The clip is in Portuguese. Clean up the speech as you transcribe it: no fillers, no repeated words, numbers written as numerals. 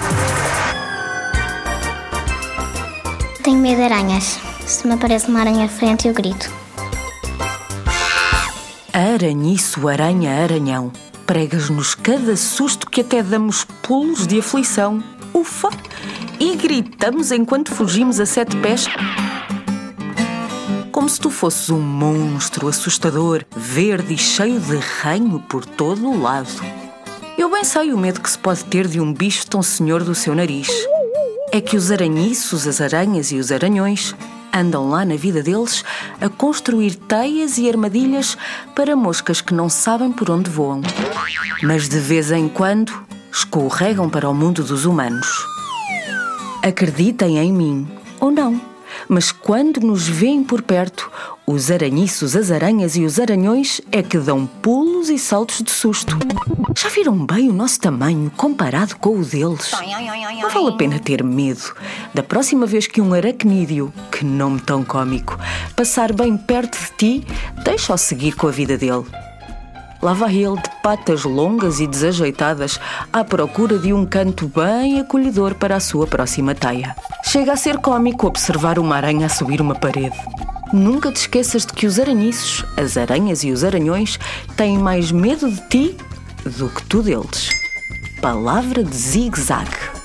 Tenho medo de aranhas. Se me aparece uma aranha à frente, eu grito. Aranhiço, aranha, aranhão, pregas-nos cada susto que até damos pulos de aflição. Ufa! E gritamos enquanto fugimos a 7 pés, como se tu fosses um monstro assustador, verde e cheio de ranho por todo o lado. Eu bem sei o medo que se pode ter de um bicho tão senhor do seu nariz. É que os aranhiços, as aranhas e os aranhões andam lá na vida deles a construir teias e armadilhas para moscas que não sabem por onde voam. Mas de vez em quando escorregam para o mundo dos humanos. Acreditem em mim ou não, mas quando nos veem por perto, os aranhiços, as aranhas e os aranhões é que dão pulos e saltos de susto. Já viram bem o nosso tamanho comparado com o deles? Não vale a pena ter medo. Da próxima vez que um aracnídeo, que nome tão cómico, passar bem perto de ti, deixa-o seguir com a vida dele. Lá vai ele de patas longas e desajeitadas à procura de um canto bem acolhedor para a sua próxima teia. Chega a ser cómico observar uma aranha a subir uma parede. Nunca te esqueças de que os aranhiços, as aranhas e os aranhões têm mais medo de ti do que tu deles. Palavra de zigue-zague.